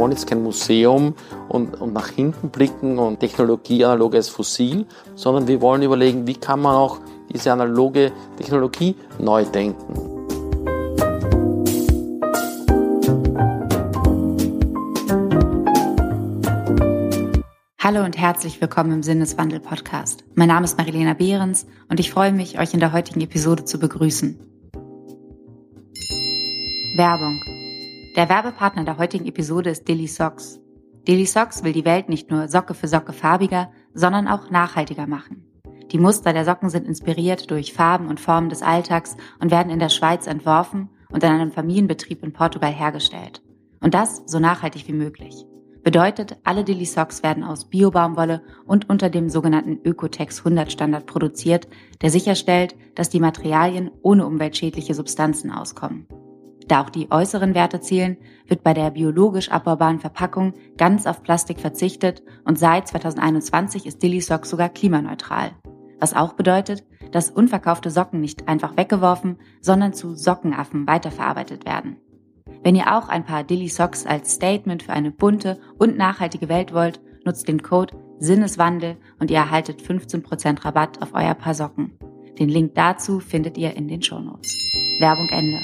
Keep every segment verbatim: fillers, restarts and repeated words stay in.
wollen jetzt kein Museum und, und nach hinten blicken und Technologie analog als fossil, sondern wir wollen überlegen, wie kann man auch diese analoge Technologie neu denken. Hallo und herzlich willkommen im Sinneswandel-Podcast. Mein Name ist Marilena Behrens und ich freue mich, euch in der heutigen Episode zu begrüßen. Werbung. Der Werbepartner der heutigen Episode ist Dilly Socks. Dilly Socks will die Welt nicht nur Socke für Socke farbiger, sondern auch nachhaltiger machen. Die Muster der Socken sind inspiriert durch Farben und Formen des Alltags und werden in der Schweiz entworfen und in einem Familienbetrieb in Portugal hergestellt. Und das so nachhaltig wie möglich. Bedeutet, alle Dilly Socks werden aus Bio-Baumwolle und unter dem sogenannten Ökotex hundert Standard produziert, der sicherstellt, dass die Materialien ohne umweltschädliche Substanzen auskommen. Da auch die äußeren Werte zählen, wird bei der biologisch abbaubaren Verpackung ganz auf Plastik verzichtet und seit zweitausendeinundzwanzig ist Dilly Socks sogar klimaneutral. Was auch bedeutet, dass unverkaufte Socken nicht einfach weggeworfen, sondern zu Sockenaffen weiterverarbeitet werden. Wenn ihr auch ein paar Dilly Socks als Statement für eine bunte und nachhaltige Welt wollt, nutzt den Code Sinneswandel und ihr erhaltet fünfzehn Prozent Rabatt auf euer Paar Socken. Den Link dazu findet ihr in den Shownotes. Werbung Ende.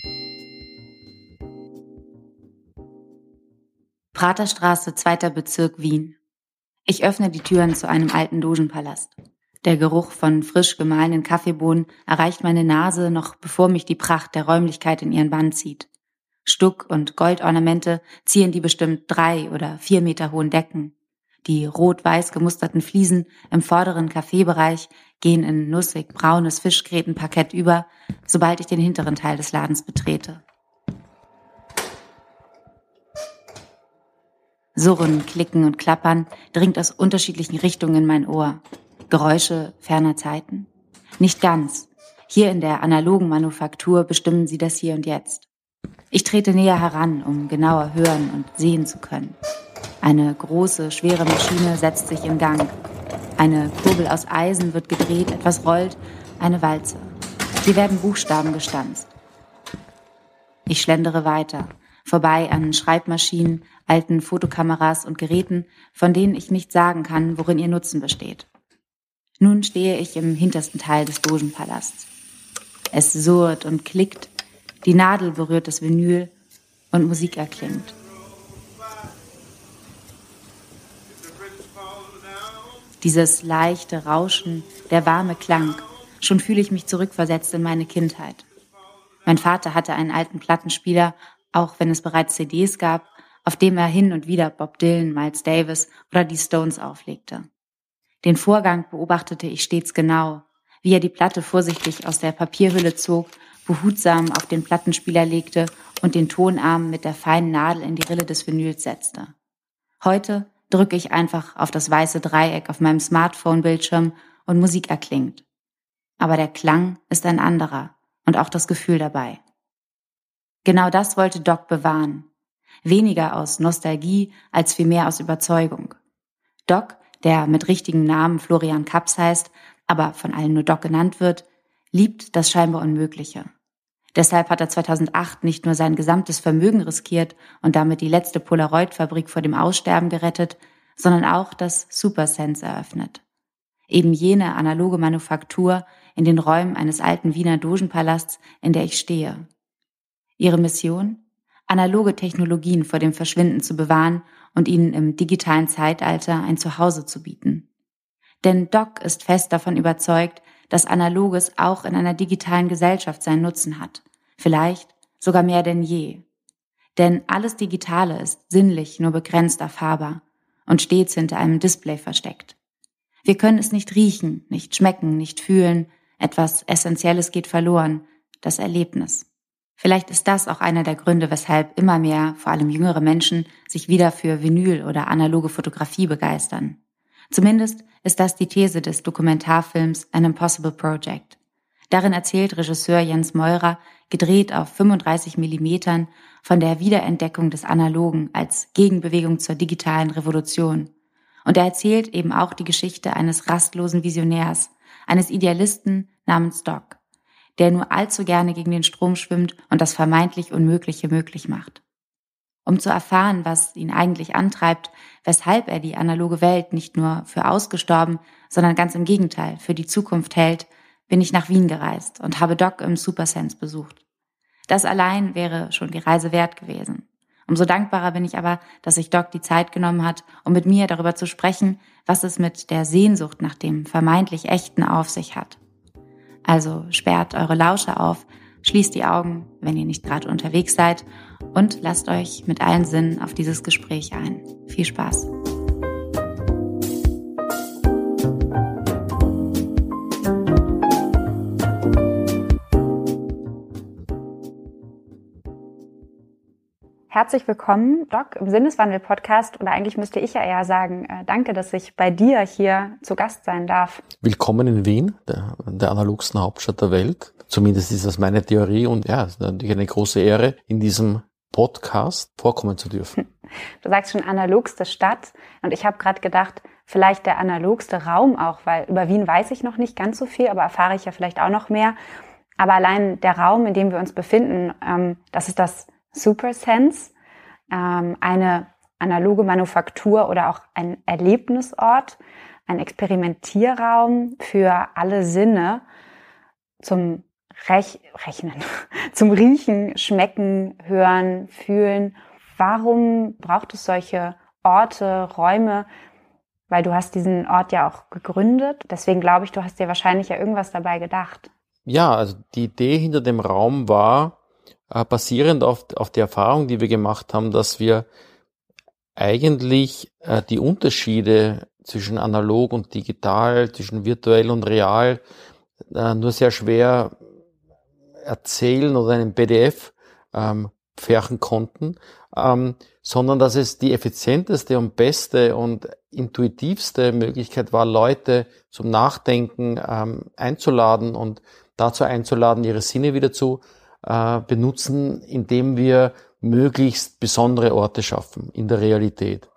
Praterstraße, zweiter Bezirk, Wien. Ich öffne die Türen zu einem alten Dogenpalast. Der Geruch von frisch gemahlenen Kaffeebohnen erreicht meine Nase, noch bevor mich die Pracht der Räumlichkeit in ihren Bann zieht. Stuck- und Goldornamente zieren die bestimmt drei oder vier Meter hohen Decken. Die rot-weiß gemusterten Fliesen im vorderen Kaffeebereich gehen in nussig braunes Fischgrätenparkett über, sobald ich den hinteren Teil des Ladens betrete. Surren, Klicken und Klappern dringt aus unterschiedlichen Richtungen in mein Ohr. Geräusche ferner Zeiten? Nicht ganz. Hier in der analogen Manufaktur bestimmen sie das Hier und Jetzt. Ich trete näher heran, um genauer hören und sehen zu können. Eine große, schwere Maschine setzt sich in Gang. Eine Kurbel aus Eisen wird gedreht, etwas rollt, eine Walze. Hier werden Buchstaben gestanzt. Ich schlendere weiter, vorbei an Schreibmaschinen, alten Fotokameras und Geräten, von denen ich nicht sagen kann, worin ihr Nutzen besteht. Nun stehe ich im hintersten Teil des Dogenpalasts. Es surrt und klickt, die Nadel berührt das Vinyl und Musik erklingt. Dieses leichte Rauschen, der warme Klang, schon fühle ich mich zurückversetzt in meine Kindheit. Mein Vater hatte einen alten Plattenspieler, auch wenn es bereits C Ds gab, auf dem er hin und wieder Bob Dylan, Miles Davis oder die Stones auflegte. Den Vorgang beobachtete ich stets genau, wie er die Platte vorsichtig aus der Papierhülle zog, behutsam auf den Plattenspieler legte und den Tonarm mit der feinen Nadel in die Rille des Vinyls setzte. Heute drücke ich einfach auf das weiße Dreieck auf meinem Smartphone-Bildschirm und Musik erklingt. Aber der Klang ist ein anderer und auch das Gefühl dabei. Genau das wollte Doc bewahren. Weniger aus Nostalgie als vielmehr aus Überzeugung. Doc, der mit richtigem Namen Florian Kaps heißt, aber von allen nur Doc genannt wird, liebt das scheinbar Unmögliche. Deshalb hat er zweitausendacht nicht nur sein gesamtes Vermögen riskiert und damit die letzte Polaroid-Fabrik vor dem Aussterben gerettet, sondern auch das Supersense eröffnet. Eben jene analoge Manufaktur in den Räumen eines alten Wiener Dogenpalasts, in der ich stehe. Ihre Mission? Analoge Technologien vor dem Verschwinden zu bewahren und ihnen im digitalen Zeitalter ein Zuhause zu bieten. Denn Doc ist fest davon überzeugt, dass Analoges auch in einer digitalen Gesellschaft seinen Nutzen hat. Vielleicht sogar mehr denn je. Denn alles Digitale ist sinnlich nur begrenzt erfahrbar und stets hinter einem Display versteckt. Wir können es nicht riechen, nicht schmecken, nicht fühlen. Etwas Essentielles geht verloren, das Erlebnis. Vielleicht ist das auch einer der Gründe, weshalb immer mehr, vor allem jüngere Menschen, sich wieder für Vinyl oder analoge Fotografie begeistern. Zumindest ist das die These des Dokumentarfilms An Impossible Project. Darin erzählt Regisseur Jens Meurer, gedreht auf fünfunddreißig Millimetern, von der Wiederentdeckung des Analogen als Gegenbewegung zur digitalen Revolution. Und er erzählt eben auch die Geschichte eines rastlosen Visionärs, eines Idealisten namens Doc, der nur allzu gerne gegen den Strom schwimmt und das vermeintlich Unmögliche möglich macht. um zu erfahren, was ihn eigentlich antreibt, weshalb er die analoge Welt nicht nur für ausgestorben, sondern ganz im Gegenteil für die Zukunft hält, bin ich nach Wien gereist und habe Doc im Supersense besucht. Das allein wäre schon die Reise wert gewesen. Umso dankbarer bin ich aber, dass sich Doc die Zeit genommen hat, um mit mir darüber zu sprechen, was es mit der Sehnsucht nach dem vermeintlich Echten auf sich hat. Also sperrt eure Lauscher auf, schließt die Augen, wenn ihr nicht gerade unterwegs seid, und lasst euch mit allen Sinnen auf dieses Gespräch ein. Viel Spaß! Herzlich willkommen, Doc, im Sinneswandel-Podcast. Oder eigentlich müsste ich ja eher sagen, äh, danke, dass ich bei dir hier zu Gast sein darf. Willkommen in Wien, der, der analogsten Hauptstadt der Welt. Zumindest ist das meine Theorie. Und ja, es ist natürlich eine große Ehre, in diesem Podcast vorkommen zu dürfen. Du sagst schon analogste Stadt. Und ich habe gerade gedacht, vielleicht der analogste Raum auch, weil über Wien weiß ich noch nicht ganz so viel, aber erfahre ich ja vielleicht auch noch mehr. Aber allein der Raum, in dem wir uns befinden, ähm, das ist das Supersense, ähm, eine analoge Manufaktur oder auch ein Erlebnisort, ein Experimentierraum für alle Sinne zum Rech- Rechnen, zum Riechen, Schmecken, Hören, Fühlen. Warum braucht es solche Orte, Räume? Weil du hast diesen Ort ja auch gegründet. Deswegen glaube ich, du hast dir wahrscheinlich ja irgendwas dabei gedacht. Ja, also die Idee hinter dem Raum war, Äh, basierend auf, auf die Erfahrung, die wir gemacht haben, dass wir eigentlich äh, die Unterschiede zwischen analog und digital, zwischen virtuell und real äh, nur sehr schwer erzählen oder in einem P D F ähm, pferchen konnten, ähm, sondern dass es die effizienteste und beste und intuitivste Möglichkeit war, Leute zum Nachdenken ähm, einzuladen und dazu einzuladen, ihre Sinne wieder zu benutzen, indem wir möglichst besondere Orte schaffen in der Realität.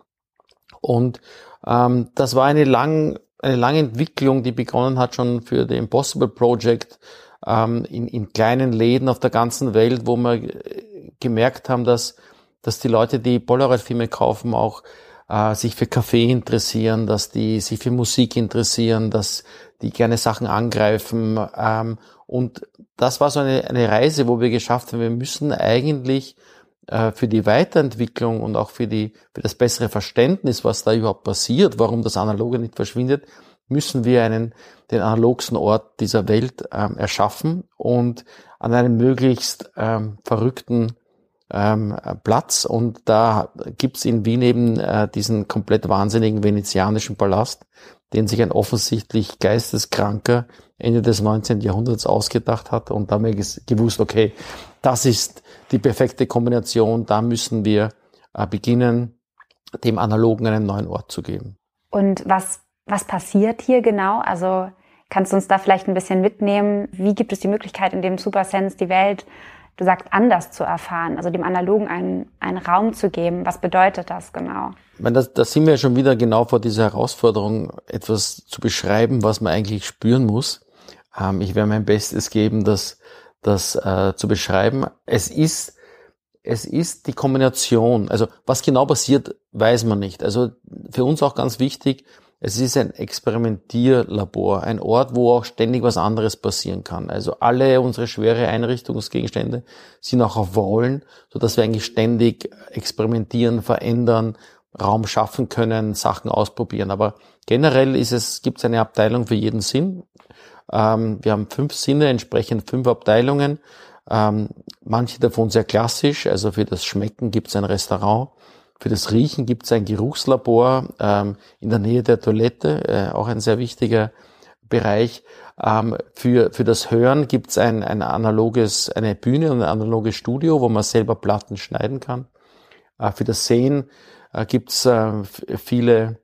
Und ähm, das war eine, lang, eine lange Entwicklung, die begonnen hat schon für the Impossible Project ähm, in, in kleinen Läden auf der ganzen Welt, wo wir gemerkt haben, dass, dass die Leute, die Polaroid-Filme kaufen, auch äh, sich für Kaffee interessieren, dass die sich für Musik interessieren, dass die gerne Sachen angreifen. Ähm, und das war so eine, eine Reise, wo wir geschafft haben, wir müssen eigentlich äh, für die Weiterentwicklung und auch für die für das bessere Verständnis, was da überhaupt passiert, warum das Analoge nicht verschwindet, müssen wir einen den analogsten Ort dieser Welt ähm, erschaffen und an einem möglichst ähm, verrückten ähm, Platz. Und da gibt's in Wien eben äh, diesen komplett wahnsinnigen venezianischen Palast, den sich ein offensichtlich Geisteskranker Ende des neunzehnten Jahrhunderts ausgedacht hat. Und da haben wir gewusst, okay, das ist die perfekte Kombination, da müssen wir äh, beginnen, dem Analogen einen neuen Ort zu geben. Und was, was passiert hier genau? Also kannst du uns da vielleicht ein bisschen mitnehmen? Wie gibt es die Möglichkeit, in dem Supersense die Welt, du sagst, anders zu erfahren, also dem Analogen einen, einen Raum zu geben? Was bedeutet das genau? Ich meine, da, da sind wir schon wieder genau vor dieser Herausforderung, etwas zu beschreiben, was man eigentlich spüren muss. Ähm, ich werde mein Bestes geben, das, das äh, zu beschreiben. Es ist, es ist die Kombination. Also was genau passiert, weiß man nicht. Also für uns auch ganz wichtig, es ist ein Experimentierlabor, ein Ort, wo auch ständig was anderes passieren kann. Also alle unsere schwere Einrichtungsgegenstände sind auch auf Rollen, sodass wir eigentlich ständig experimentieren, verändern, Raum schaffen können, Sachen ausprobieren. Aber generell ist es, gibt es eine Abteilung für jeden Sinn. Ähm, wir haben fünf Sinne, entsprechend fünf Abteilungen. Ähm, manche davon sehr klassisch, also für das Schmecken gibt es ein Restaurant. Für das Riechen gibt es ein Geruchslabor ähm, in der Nähe der Toilette, äh, auch ein sehr wichtiger Bereich. Ähm, für für das Hören gibt es ein, ein analoges, eine Bühne und ein analoges Studio, wo man selber Platten schneiden kann. Äh, für das Sehen äh, gibt es äh, viele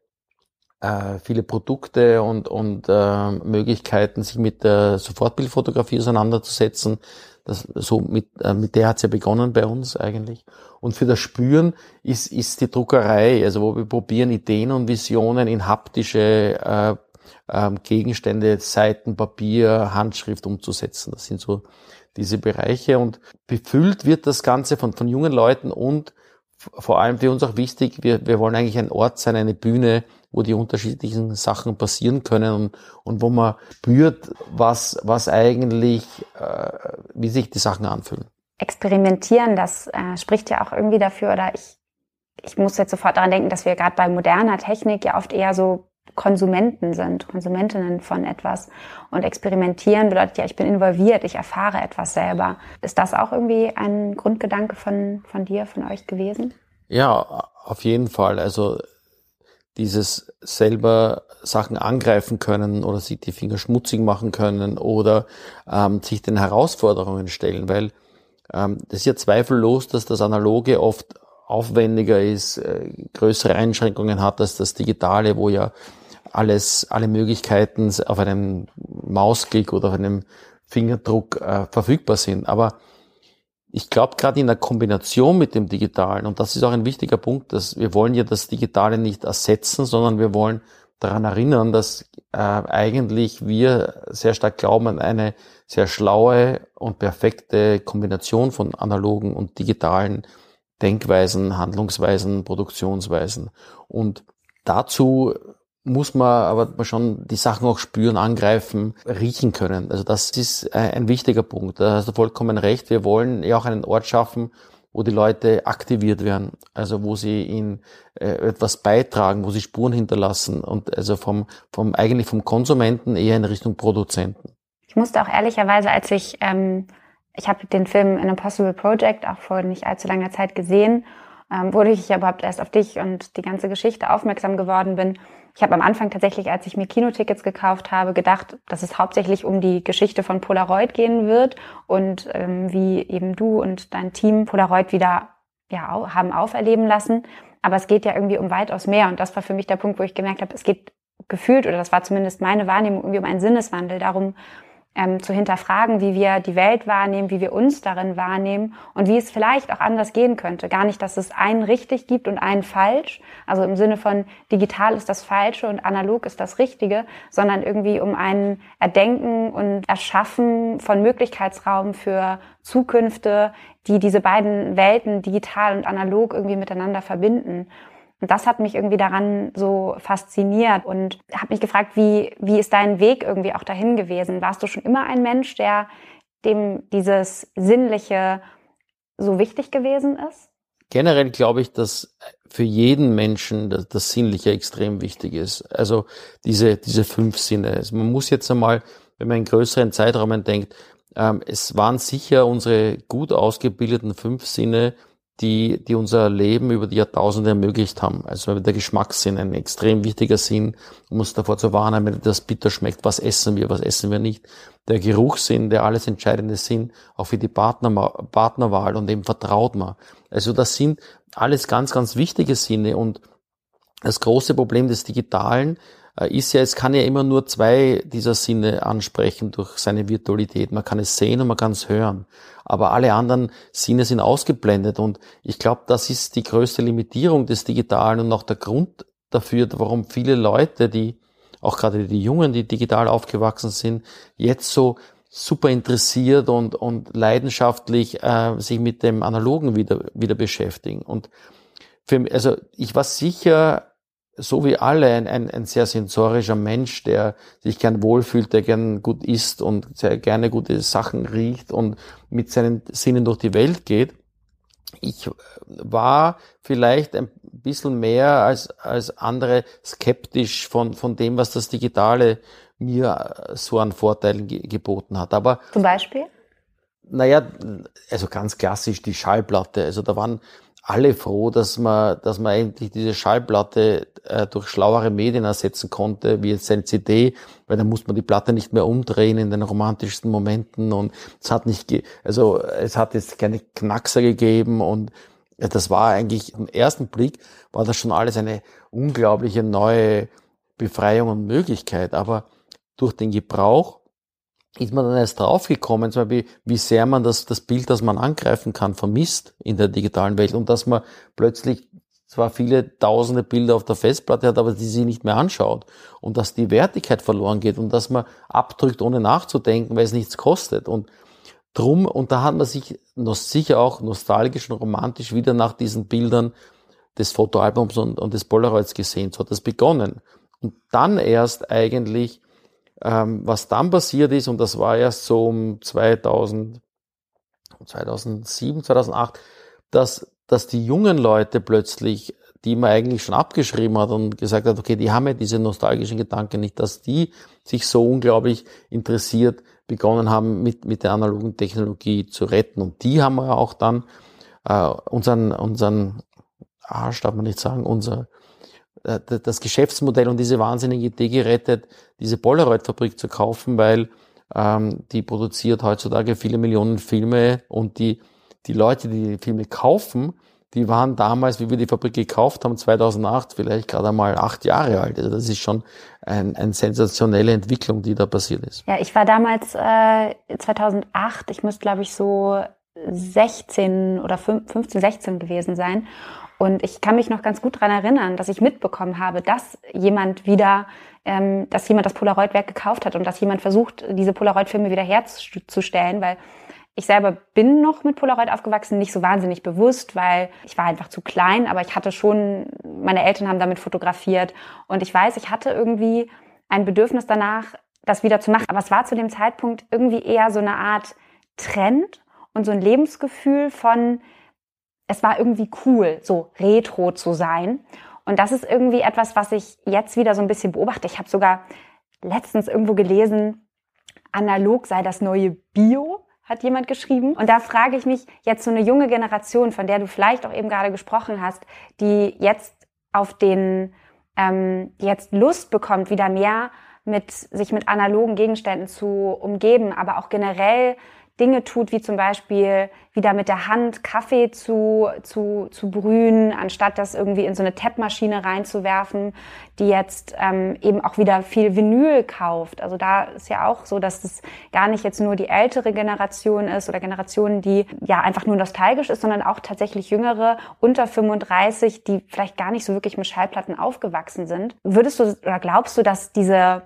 äh, viele Produkte und und äh, Möglichkeiten, sich mit der Sofortbildfotografie auseinanderzusetzen. Das, so mit, äh, mit der hat's ja begonnen bei uns eigentlich. Und für das Spüren ist, ist die Druckerei, also wo wir probieren, Ideen und Visionen in haptische äh, äh, Gegenstände, Seiten, Papier, Handschrift umzusetzen. Das sind so diese Bereiche. Und befüllt wird das Ganze von, von jungen Leuten und vor allem für uns auch wichtig, wir, wir wollen eigentlich ein Ort sein, eine Bühne, wo die unterschiedlichen Sachen passieren können und, und wo man spürt, was, was eigentlich, äh, wie sich die Sachen anfühlen. Experimentieren, das äh, spricht ja auch irgendwie dafür, oder ich, ich muss jetzt sofort daran denken, dass wir gerade bei moderner Technik ja oft eher so Konsumenten sind, Konsumentinnen von etwas. Und experimentieren bedeutet ja, ich bin involviert, ich erfahre etwas selber. Ist das auch irgendwie ein Grundgedanke von, von dir, von euch gewesen? Ja, auf jeden Fall. Also dieses selber Sachen angreifen können oder sich die Finger schmutzig machen können oder ähm, sich den Herausforderungen stellen, weil ähm, das ist ja zweifellos, dass das Analoge oft aufwendiger ist, äh, größere Einschränkungen hat als das Digitale, wo ja alles, alle Möglichkeiten auf einem Mausklick oder auf einem Fingerdruck äh, verfügbar sind. Aber ich glaube, gerade in der Kombination mit dem Digitalen, und das ist auch ein wichtiger Punkt, dass wir wollen ja das Digitale nicht ersetzen, sondern wir wollen daran erinnern, dass äh, eigentlich wir sehr stark glauben an eine sehr schlaue und perfekte Kombination von analogen und digitalen Denkweisen, Handlungsweisen, Produktionsweisen. Und dazu muss man aber schon die Sachen auch spüren, angreifen, riechen können. Also das ist ein wichtiger Punkt. Da hast du vollkommen recht. Wir wollen ja auch einen Ort schaffen, wo die Leute aktiviert werden, also wo sie in äh, etwas beitragen, wo sie Spuren hinterlassen und also vom, vom eigentlich vom Konsumenten eher in Richtung Produzenten. Ich musste auch ehrlicherweise, als ich, ähm, ich habe den Film An Impossible Project auch vor nicht allzu langer Zeit gesehen, ähm, wurde ich überhaupt erst auf dich und die ganze Geschichte aufmerksam geworden bin. Ich habe am Anfang tatsächlich, als ich mir Kinotickets gekauft habe, gedacht, dass es hauptsächlich um die Geschichte von Polaroid gehen wird und ähm, wie eben du und dein Team Polaroid wieder ja au- haben auferleben lassen. Aber es geht ja irgendwie um weitaus mehr. Und das war für mich der Punkt, wo ich gemerkt habe, es geht gefühlt, oder das war zumindest meine Wahrnehmung, irgendwie um einen Sinneswandel, darum ähm, zu hinterfragen, wie wir die Welt wahrnehmen, wie wir uns darin wahrnehmen und wie es vielleicht auch anders gehen könnte. Gar nicht, dass es einen richtig gibt und einen falsch, also im Sinne von digital ist das Falsche und analog ist das Richtige, sondern irgendwie um ein Erdenken und Erschaffen von Möglichkeitsraum für Zukünfte, die diese beiden Welten, digital und analog, irgendwie miteinander verbinden. Und das hat mich irgendwie daran so fasziniert und habe mich gefragt, wie wie ist dein Weg irgendwie auch dahin gewesen? Warst du schon immer ein Mensch, der dem dieses Sinnliche so wichtig gewesen ist? Generell glaube ich, dass für jeden Menschen das, das Sinnliche extrem wichtig ist. Also diese diese fünf Sinne. Also man muss jetzt einmal, wenn man in größeren Zeitrahmen denkt, ähm, es waren sicher unsere gut ausgebildeten fünf Sinne, die, die unser Leben über die Jahrtausende ermöglicht haben. Also der Geschmackssinn, ein extrem wichtiger Sinn, um uns davor zu warnen, wenn das bitter schmeckt, was essen wir, was essen wir nicht. Der Geruchssinn, der alles entscheidende Sinn, auch für die Partner, Partnerwahl und eben vertraut man. Also das sind alles ganz, ganz wichtige Sinne und das große Problem des Digitalen ist ja, es kann ja immer nur zwei dieser Sinne ansprechen durch seine Virtualität. Man kann es sehen und man kann es hören. Aber alle anderen Sinne sind ausgeblendet und ich glaube, das ist die größte Limitierung des Digitalen und auch der Grund dafür, warum viele Leute, die, auch gerade die Jungen, die digital aufgewachsen sind, jetzt so super interessiert und, und leidenschaftlich äh, sich mit dem Analogen wieder, wieder beschäftigen. Und für, also ich war sicher, so wie alle, ein, ein, ein sehr sensorischer Mensch, der sich gern wohlfühlt, der gern gut isst und sehr gerne gute Sachen riecht und mit seinen Sinnen durch die Welt geht. Ich war vielleicht ein bisschen mehr als, als andere skeptisch von, von dem, was das Digitale mir so an Vorteilen ge- geboten hat. Aber Zum Beispiel? Naja, also ganz klassisch die Schallplatte. Also da waren alle froh, dass man, dass man endlich diese Schallplatte äh, durch schlauere Medien ersetzen konnte, wie jetzt eine C D, weil dann musste man die Platte nicht mehr umdrehen in den romantischsten Momenten und es hat nicht, ge- also es hat jetzt keine Knackser gegeben und ja, das war eigentlich, im ersten Blick war das schon alles eine unglaubliche neue Befreiung und Möglichkeit, aber durch den Gebrauch ist man dann erst draufgekommen, zum Beispiel, wie sehr man das, das Bild, das man angreifen kann, vermisst in der digitalen Welt und dass man plötzlich zwar viele tausende Bilder auf der Festplatte hat, aber die sie nicht mehr anschaut und dass die Wertigkeit verloren geht und dass man abdrückt, ohne nachzudenken, weil es nichts kostet. Und drum, und da hat man sich noch sicher auch nostalgisch und romantisch wieder nach diesen Bildern des Fotoalbums und, und des Polaroids gesehen. So hat das begonnen. Und dann erst eigentlich, ähm, was dann passiert ist, und das war erst so um zweitausend, zweitausendsieben, zweitausendacht, dass, dass die jungen Leute plötzlich, die man eigentlich schon abgeschrieben hat und gesagt hat, okay, die haben ja diese nostalgischen Gedanken nicht, dass die sich so unglaublich interessiert begonnen haben, mit, mit der analogen Technologie zu retten. Und die haben wir auch dann äh, unseren, unseren Arsch, darf man nicht sagen, unser äh, das Geschäftsmodell und diese wahnsinnige Idee gerettet, diese Polaroid-Fabrik zu kaufen, weil ähm, die produziert heutzutage viele Millionen Filme, und die die Leute, die die Filme kaufen, die waren damals, wie wir die Fabrik gekauft haben, zweitausendacht, vielleicht gerade einmal acht Jahre alt. Also das ist schon ein, eine sensationelle Entwicklung, die da passiert ist. Ja, ich war damals äh, zweitausendacht, ich müsste, glaube ich, so sechzehn oder fünfzehn, sechzehn gewesen sein. Und ich kann mich noch ganz gut daran erinnern, dass ich mitbekommen habe, dass jemand wieder, ähm, dass jemand das Polaroid-Werk gekauft hat und dass jemand versucht, diese Polaroid-Filme wieder herzustellen, weil ich selber bin noch mit Polaroid aufgewachsen, nicht so wahnsinnig bewusst, weil ich war einfach zu klein, aber ich hatte schon, meine Eltern haben damit fotografiert, und ich weiß, ich hatte irgendwie ein Bedürfnis danach, das wieder zu machen. Aber es war zu dem Zeitpunkt irgendwie eher so eine Art Trend und so ein Lebensgefühl von, es war irgendwie cool, so retro zu sein. Und das ist irgendwie etwas, was ich jetzt wieder so ein bisschen beobachte. Ich habe sogar letztens irgendwo gelesen, analog sei das neue Bio, hat jemand geschrieben. Und da frage ich mich, jetzt so eine junge Generation, von der du vielleicht auch eben gerade gesprochen hast, die jetzt auf den, ähm, die jetzt Lust bekommt, wieder mehr mit, sich mit analogen Gegenständen zu umgeben, aber auch generell Dinge tut, wie zum Beispiel wieder mit der Hand Kaffee zu, zu, zu brühen, anstatt das irgendwie in so eine Tappmaschine reinzuwerfen, die jetzt ähm, eben auch wieder viel Vinyl kauft. Also da ist ja auch so, dass das gar nicht jetzt nur die ältere Generation ist oder Generation, die ja einfach nur nostalgisch ist, sondern auch tatsächlich jüngere unter fünfunddreißig, die vielleicht gar nicht so wirklich mit Schallplatten aufgewachsen sind. Würdest du oder glaubst du, dass diese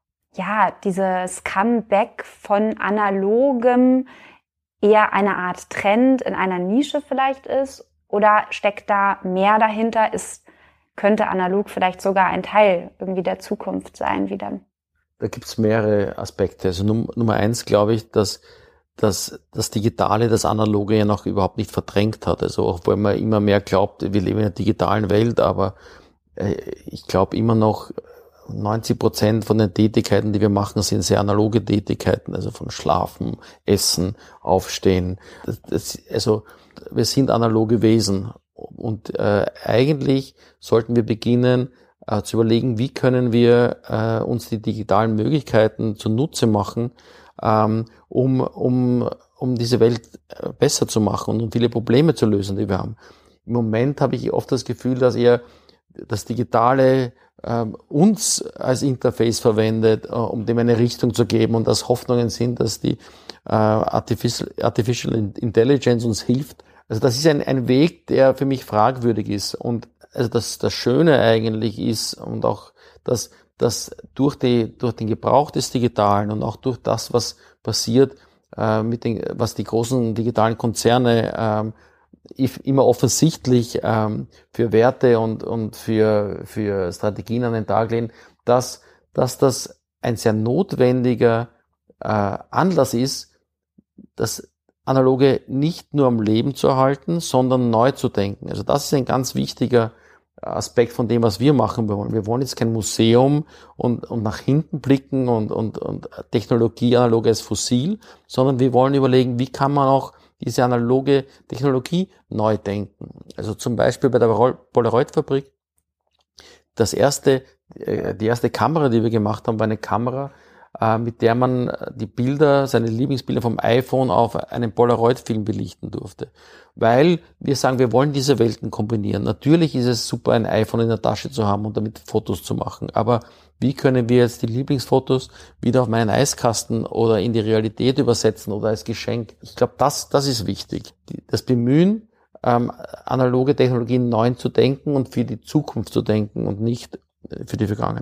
ja, dieses Comeback von Analogem eher eine Art Trend in einer Nische vielleicht ist? Oder steckt da mehr dahinter? Ist, könnte analog vielleicht sogar ein Teil irgendwie der Zukunft sein wieder? Da gibt's mehrere Aspekte. Also Num- Nummer eins glaube ich, dass, dass das Digitale das Analoge ja noch überhaupt nicht verdrängt hat. Also auch wenn man immer mehr glaubt, wir leben in einer digitalen Welt, aber äh, ich glaube immer noch, neunzig Prozent von den Tätigkeiten, die wir machen, sind sehr analoge Tätigkeiten, also von Schlafen, Essen, Aufstehen. Das, das, also wir sind analoge Wesen, und äh, eigentlich sollten wir beginnen äh, zu überlegen, wie können wir äh, uns die digitalen Möglichkeiten zunutze machen, ähm, um, um, um diese Welt besser zu machen und um viele Probleme zu lösen, die wir haben. Im Moment habe ich oft das Gefühl, dass eher das Digitale ähm, uns als Interface verwendet, äh, um dem eine Richtung zu geben, und dass Hoffnungen sind, dass die äh, Artificial, Artificial Intelligence uns hilft. Also das ist ein, ein Weg, der für mich fragwürdig ist. Und also das, das Schöne eigentlich ist, und auch das, dass durch, die, durch den Gebrauch des Digitalen und auch durch das, was passiert, äh, mit den, was die großen digitalen Konzerne ähm, immer offensichtlich ähm, für Werte und und für für Strategien an den Tag legen, dass dass das ein sehr notwendiger äh, Anlass ist, das Analoge nicht nur am Leben zu erhalten, sondern neu zu denken. Also das ist ein ganz wichtiger Aspekt von dem, was wir machen wollen. Wir wollen jetzt kein Museum und und nach hinten blicken und und und Technologie analoge als fossil, sondern wir wollen überlegen, wie kann man auch diese analoge Technologie neu denken. Also zum Beispiel bei der Polaroid-Fabrik. Das erste, die erste Kamera, die wir gemacht haben, war eine Kamera, mit der man die Bilder, seine Lieblingsbilder vom iPhone auf einem Polaroid-Film belichten durfte. Weil wir sagen, wir wollen diese Welten kombinieren. Natürlich ist es super, ein iPhone in der Tasche zu haben und damit Fotos zu machen. Aber wie können wir jetzt die Lieblingsfotos wieder auf meinen Eiskasten oder in die Realität übersetzen oder als Geschenk? Ich glaube, das, das ist wichtig. Das Bemühen, ähm, analoge Technologien neu zu denken und für die Zukunft zu denken und nicht für die Vergangenheit.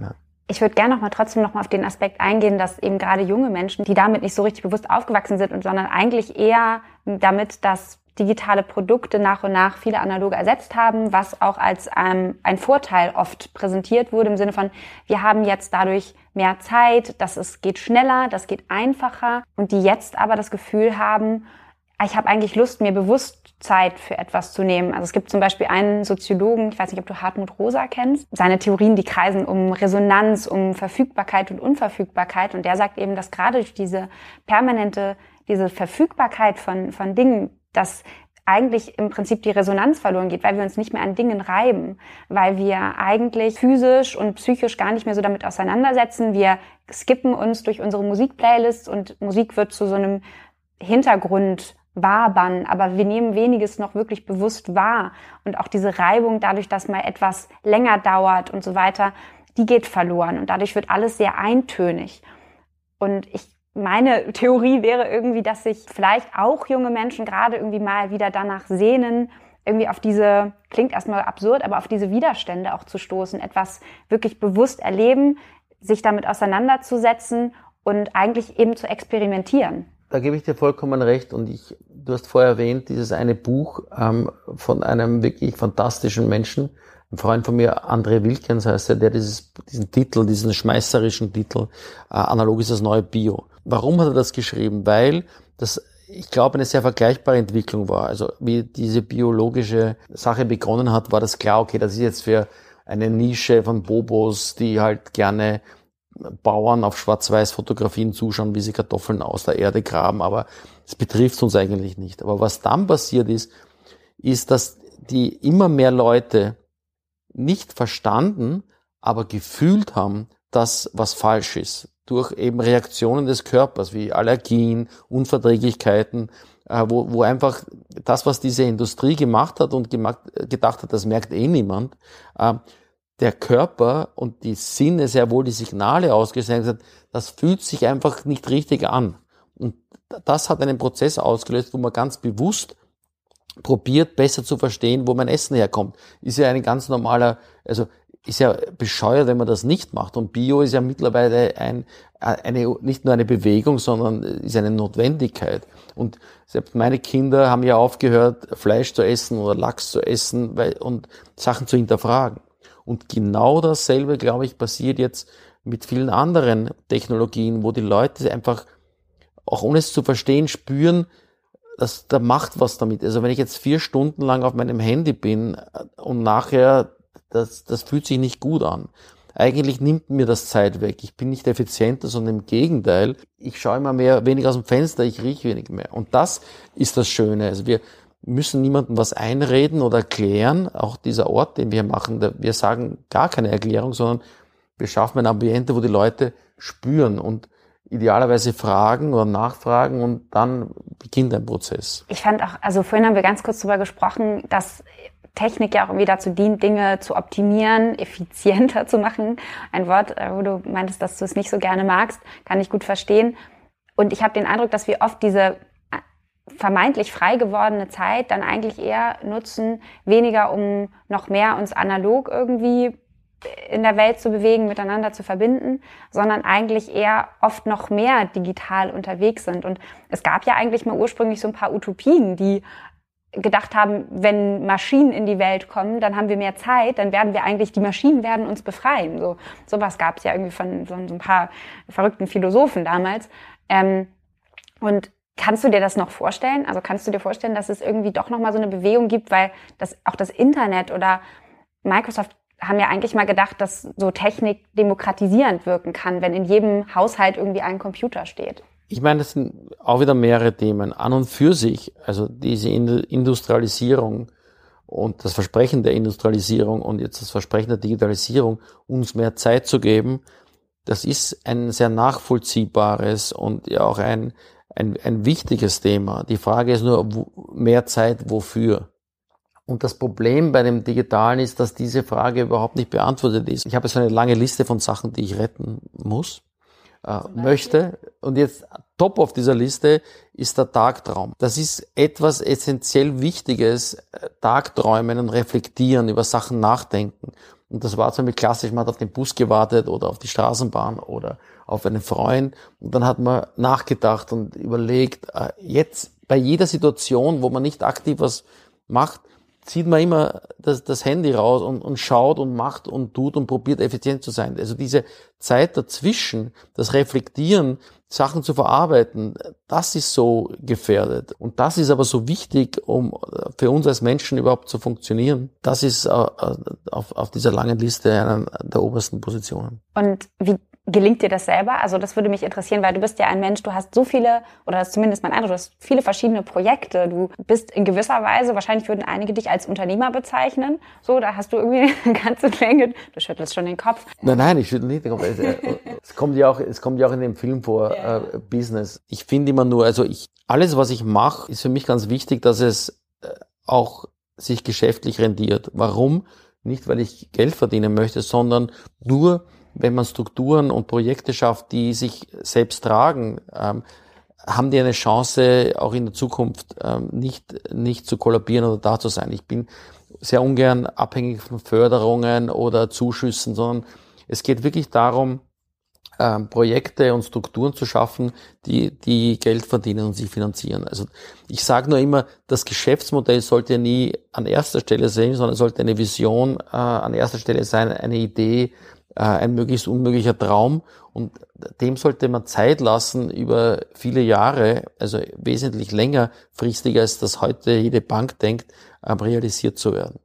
Ich würde gerne noch mal trotzdem noch mal auf den Aspekt eingehen, dass eben gerade junge Menschen, die damit nicht so richtig bewusst aufgewachsen sind, und sondern eigentlich eher damit, dass digitale Produkte nach und nach viele analoge ersetzt haben, was auch als ähm, ein Vorteil oft präsentiert wurde im Sinne von, wir haben jetzt dadurch mehr Zeit, dass es geht schneller, das geht einfacher, und die jetzt aber das Gefühl haben, ich habe eigentlich Lust, mir bewusst Zeit für etwas zu nehmen. Also es gibt zum Beispiel einen Soziologen, ich weiß nicht, ob du Hartmut Rosa kennst, seine Theorien, die kreisen um Resonanz, um Verfügbarkeit und Unverfügbarkeit, und der sagt eben, dass gerade durch diese permanente, diese Verfügbarkeit von, von Dingen, dass eigentlich im Prinzip die Resonanz verloren geht, weil wir uns nicht mehr an Dingen reiben, weil wir eigentlich physisch und psychisch gar nicht mehr so damit auseinandersetzen. Wir skippen uns durch unsere Musikplaylists und Musik wird zu so einem Hintergrund wabern, aber wir nehmen weniges noch wirklich bewusst wahr, und auch diese Reibung dadurch, dass mal etwas länger dauert und so weiter, die geht verloren, und dadurch wird alles sehr eintönig. Und ich meine Theorie wäre irgendwie, dass sich vielleicht auch junge Menschen gerade irgendwie mal wieder danach sehnen, irgendwie auf diese, klingt erstmal absurd, aber auf diese Widerstände auch zu stoßen, etwas wirklich bewusst erleben, sich damit auseinanderzusetzen und eigentlich eben zu experimentieren. Da gebe ich dir vollkommen recht, und ich, du hast vorher erwähnt, dieses eine Buch ähm, von einem wirklich fantastischen Menschen, ein Freund von mir, André Wilkens heißt er, der dieses, diesen Titel, diesen schmeißerischen Titel, äh, analog ist das neue Bio. Warum hat er das geschrieben? Weil das, ich glaube, eine sehr vergleichbare Entwicklung war. Also wie diese biologische Sache begonnen hat, war das klar, okay, das ist jetzt für eine Nische von Bobos, die halt gerne Bauern auf Schwarz-Weiß-Fotografien zuschauen, wie sie Kartoffeln aus der Erde graben, aber es betrifft uns eigentlich nicht. Aber was dann passiert ist, ist, dass die immer mehr Leute nicht verstanden, aber gefühlt haben, dass was falsch ist. Durch eben Reaktionen des Körpers, wie Allergien, Unverträglichkeiten, wo, wo einfach das, was diese Industrie gemacht hat und gemacht, gedacht hat, das merkt eh niemand, der Körper und die Sinne sehr wohl die Signale ausgesendet hat, das fühlt sich einfach nicht richtig an. Und das hat einen Prozess ausgelöst, wo man ganz bewusst probiert, besser zu verstehen, wo mein Essen herkommt. Ist ja ein ganz normaler, also ist ja bescheuert, wenn man das nicht macht. Und Bio ist ja mittlerweile ein, eine, nicht nur eine Bewegung, sondern ist eine Notwendigkeit. Und selbst meine Kinder haben ja aufgehört, Fleisch zu essen oder Lachs zu essen, weil, und Sachen zu hinterfragen. Und genau dasselbe, glaube ich, passiert jetzt mit vielen anderen Technologien, wo die Leute einfach, auch ohne es zu verstehen, spüren, dass da macht was damit. Also wenn ich jetzt vier Stunden lang auf meinem Handy bin und nachher, das, das fühlt sich nicht gut an. Eigentlich nimmt mir das Zeit weg. Ich bin nicht effizienter, sondern im Gegenteil. Ich schaue immer mehr, weniger aus dem Fenster, ich rieche wenig mehr. Und das ist das Schöne. Also wir müssen niemandem was einreden oder erklären. Auch dieser Ort, den wir machen, wir sagen gar keine Erklärung, sondern wir schaffen ein Ambiente, wo die Leute spüren und idealerweise fragen oder nachfragen, und dann beginnt ein Prozess. Ich fand auch, also vorhin haben wir ganz kurz darüber gesprochen, dass Technik ja auch irgendwie dazu dient, Dinge zu optimieren, effizienter zu machen. Ein Wort, wo du meintest, dass du es nicht so gerne magst, kann ich gut verstehen. Und ich habe den Eindruck, dass wir oft diese vermeintlich frei gewordene Zeit dann eigentlich eher nutzen, weniger um noch mehr uns analog irgendwie in der Welt zu bewegen, miteinander zu verbinden, sondern eigentlich eher oft noch mehr digital unterwegs sind. Und es gab ja eigentlich mal ursprünglich so ein paar Utopien, die gedacht haben, wenn Maschinen in die Welt kommen, dann haben wir mehr Zeit, dann werden wir eigentlich, die Maschinen werden uns befreien. So sowas gab es ja irgendwie von so ein paar verrückten Philosophen damals. Ähm, und kannst du dir das noch vorstellen? Also kannst du dir vorstellen, dass es irgendwie doch noch mal so eine Bewegung gibt, weil das auch das Internet oder Microsoft haben ja eigentlich mal gedacht, dass so Technik demokratisierend wirken kann, wenn in jedem Haushalt irgendwie ein Computer steht. Ich meine, das sind auch wieder mehrere Themen. An und für sich, also diese Industrialisierung und das Versprechen der Industrialisierung und jetzt das Versprechen der Digitalisierung, uns mehr Zeit zu geben, das ist ein sehr nachvollziehbares und ja auch ein, ein, ein wichtiges Thema. Die Frage ist nur, wo, mehr Zeit wofür? Und das Problem bei dem Digitalen ist, dass diese Frage überhaupt nicht beantwortet ist. Ich habe so eine lange Liste von Sachen, die ich retten muss, äh, möchte. Und jetzt top auf dieser Liste ist der Tagtraum. Das ist etwas essentiell Wichtiges, Tagträumen und reflektieren, über Sachen nachdenken. Und das war zum Beispiel klassisch, man hat auf den Bus gewartet oder auf die Straßenbahn oder auf einen Freund. Und dann hat man nachgedacht und überlegt, jetzt bei jeder Situation, wo man nicht aktiv was macht, zieht man immer das, das Handy raus und, und schaut und macht und tut und probiert effizient zu sein. Also diese Zeit dazwischen, das Reflektieren, Sachen zu verarbeiten, das ist so gefährdet. Und das ist aber so wichtig, um für uns als Menschen überhaupt zu funktionieren. Das ist äh, auf, auf dieser langen Liste einer der obersten Positionen. Und wie gelingt dir das selber? Also das würde mich interessieren, weil du bist ja ein Mensch, du hast so viele, oder das ist zumindest mein Eindruck, du hast viele verschiedene Projekte. Du bist in gewisser Weise, wahrscheinlich würden einige dich als Unternehmer bezeichnen. So, da hast du irgendwie eine ganze Menge, du schüttelst schon den Kopf. Nein, nein, ich schüttel nicht den Kopf. Es kommt ja auch, es kommt ja auch in dem Film vor, ja. äh, Business. Ich finde immer nur, also ich, alles, was ich mache, ist für mich ganz wichtig, dass es äh, auch sich geschäftlich rendiert. Warum? Nicht, weil ich Geld verdienen möchte, sondern nur, wenn man Strukturen und Projekte schafft, die sich selbst tragen, ähm, haben die eine Chance, auch in der Zukunft ähm, nicht nicht zu kollabieren oder da zu sein. Ich bin sehr ungern abhängig von Förderungen oder Zuschüssen, sondern es geht wirklich darum, ähm, Projekte und Strukturen zu schaffen, die die Geld verdienen und sich finanzieren. Also ich sage nur immer, das Geschäftsmodell sollte nie an erster Stelle sein, sondern sollte eine Vision äh, an erster Stelle sein, eine Idee, ein möglichst unmöglicher Traum, und dem sollte man Zeit lassen über viele Jahre, also wesentlich längerfristiger, als das heute jede Bank denkt, realisiert zu werden.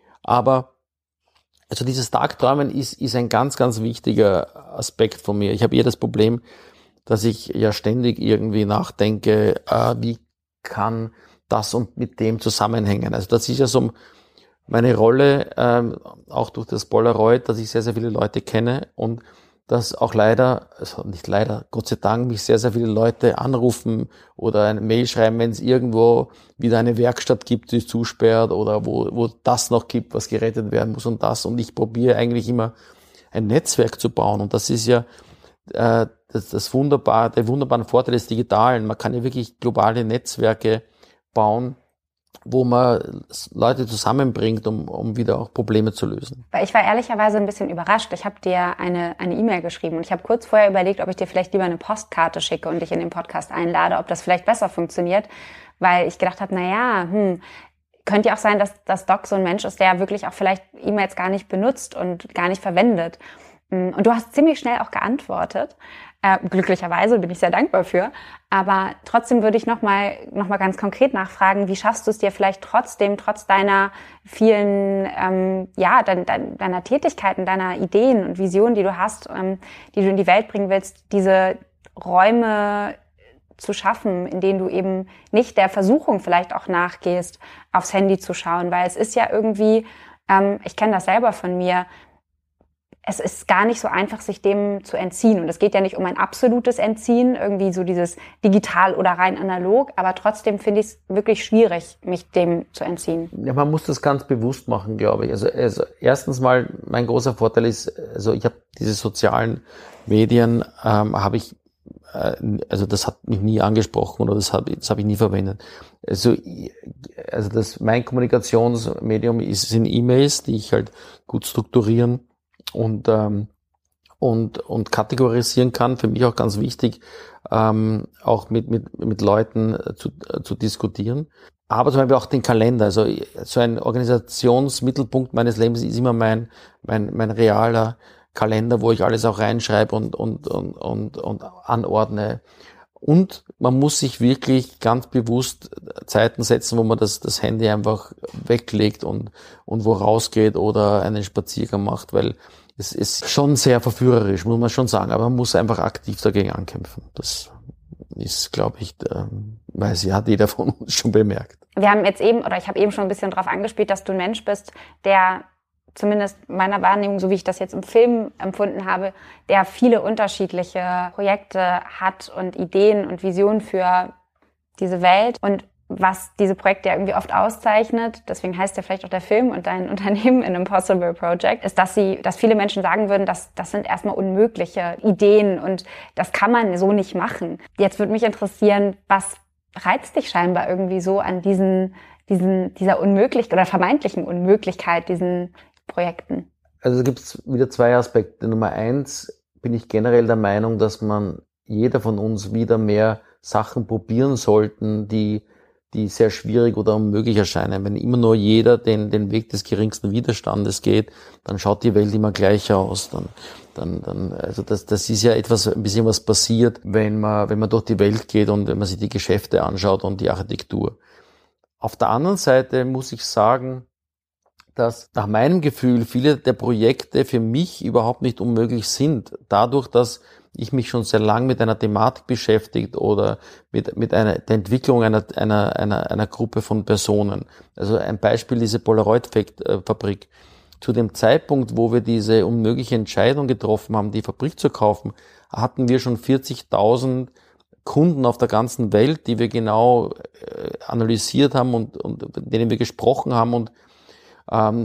Aber also dieses Tagträumen ist, ist ein ganz, ganz wichtiger Aspekt von mir. Ich habe eher das Problem, dass ich ja ständig irgendwie nachdenke, äh, wie kann das und mit dem zusammenhängen. Also das ist ja so meine Rolle, ähm, auch durch das Polaroid, dass ich sehr, sehr viele Leute kenne und dass auch leider, also nicht leider, Gott sei Dank, mich sehr, sehr viele Leute anrufen oder eine Mail schreiben, wenn es irgendwo wieder eine Werkstatt gibt, die zusperrt oder wo, wo das noch gibt, was gerettet werden muss und das. Und ich probiere eigentlich immer ein Netzwerk zu bauen. Und das ist ja äh, das, das wunderbare, der wunderbare Vorteil des Digitalen. Man kann ja wirklich globale Netzwerke bauen, wo man Leute zusammenbringt, um, um wieder auch Probleme zu lösen. Weil ich war ehrlicherweise ein bisschen überrascht. Ich habe dir eine eine E-Mail geschrieben und ich habe kurz vorher überlegt, ob ich dir vielleicht lieber eine Postkarte schicke und dich in den Podcast einlade, ob das vielleicht besser funktioniert, weil ich gedacht habe, na ja, hm, könnte ja auch sein, dass, dass Doc so ein Mensch ist, der wirklich auch vielleicht E-Mails gar nicht benutzt und gar nicht verwendet. Und du hast ziemlich schnell auch geantwortet. Äh, glücklicherweise bin ich sehr dankbar für. Aber trotzdem würde ich nochmal noch mal ganz konkret nachfragen, wie schaffst du es dir vielleicht trotzdem, trotz deiner vielen, ähm, ja, dein, dein, deiner Tätigkeiten, deiner Ideen und Visionen, die du hast, ähm, die du in die Welt bringen willst, diese Räume zu schaffen, in denen du eben nicht der Versuchung vielleicht auch nachgehst, aufs Handy zu schauen, weil es ist ja irgendwie, ähm, ich kenne das selber von mir, es ist gar nicht so einfach, sich dem zu entziehen. Und es geht ja nicht um ein absolutes Entziehen, irgendwie so dieses digital oder rein analog, aber trotzdem finde ich es wirklich schwierig, mich dem zu entziehen. Ja, man muss das ganz bewusst machen, glaube ich. Also, also erstens mal, mein großer Vorteil ist, also ich habe diese sozialen Medien, ähm, habe ich, äh, also das hat mich nie angesprochen oder das habe das hab ich nie verwendet. Also, also das, mein Kommunikationsmedium ist, sind E-Mails, die ich halt gut strukturieren und ähm, und und kategorisieren kann. Für mich auch ganz wichtig, ähm, auch mit mit mit Leuten zu zu diskutieren. Aber zum Beispiel auch den Kalender. Also so ein Organisationsmittelpunkt meines Lebens ist immer mein mein mein realer Kalender, wo ich alles auch reinschreibe und und und und und anordne. Und man muss sich wirklich ganz bewusst Zeiten setzen, wo man das, das Handy einfach weglegt und, und wo rausgeht oder einen Spaziergang macht, weil es ist schon sehr verführerisch, muss man schon sagen, aber man muss einfach aktiv dagegen ankämpfen. Das ist, glaube ich, weiß ja, hat jeder von uns schon bemerkt. Wir haben jetzt eben, oder ich habe eben schon ein bisschen darauf angespielt, dass du ein Mensch bist, der zumindest meiner Wahrnehmung, so wie ich das jetzt im Film empfunden habe, der viele unterschiedliche Projekte hat und Ideen und Visionen für diese Welt. Und was diese Projekte ja irgendwie oft auszeichnet, deswegen heißt ja vielleicht auch der Film und dein Unternehmen An Impossible Project, ist, dass sie, dass viele Menschen sagen würden, dass das sind erstmal unmögliche Ideen und das kann man so nicht machen. Jetzt würde mich interessieren, was reizt dich scheinbar irgendwie so an diesen, diesen, dieser Unmöglichkeit oder vermeintlichen Unmöglichkeit, diesen Projekten? Also da gibt es wieder zwei Aspekte. Nummer eins bin ich generell der Meinung, dass man jeder von uns wieder mehr Sachen probieren sollten, die die sehr schwierig oder unmöglich erscheinen. Wenn immer nur jeder den den Weg des geringsten Widerstandes geht, dann schaut die Welt immer gleich aus. Dann dann dann also das das ist ja etwas, ein bisschen was passiert, wenn man wenn man durch die Welt geht und wenn man sich die Geschäfte anschaut und die Architektur. Auf der anderen Seite muss ich sagen, dass nach meinem Gefühl viele der Projekte für mich überhaupt nicht unmöglich sind. Dadurch, dass ich mich schon sehr lang mit einer Thematik beschäftigt oder mit mit einer der Entwicklung einer einer einer einer Gruppe von Personen. Also ein Beispiel, diese Polaroid-Fabrik. Zu dem Zeitpunkt, wo wir diese unmögliche Entscheidung getroffen haben, die Fabrik zu kaufen, hatten wir schon vierzigtausend Kunden auf der ganzen Welt, die wir genau äh, analysiert haben und, und mit denen wir gesprochen haben. Und ähm,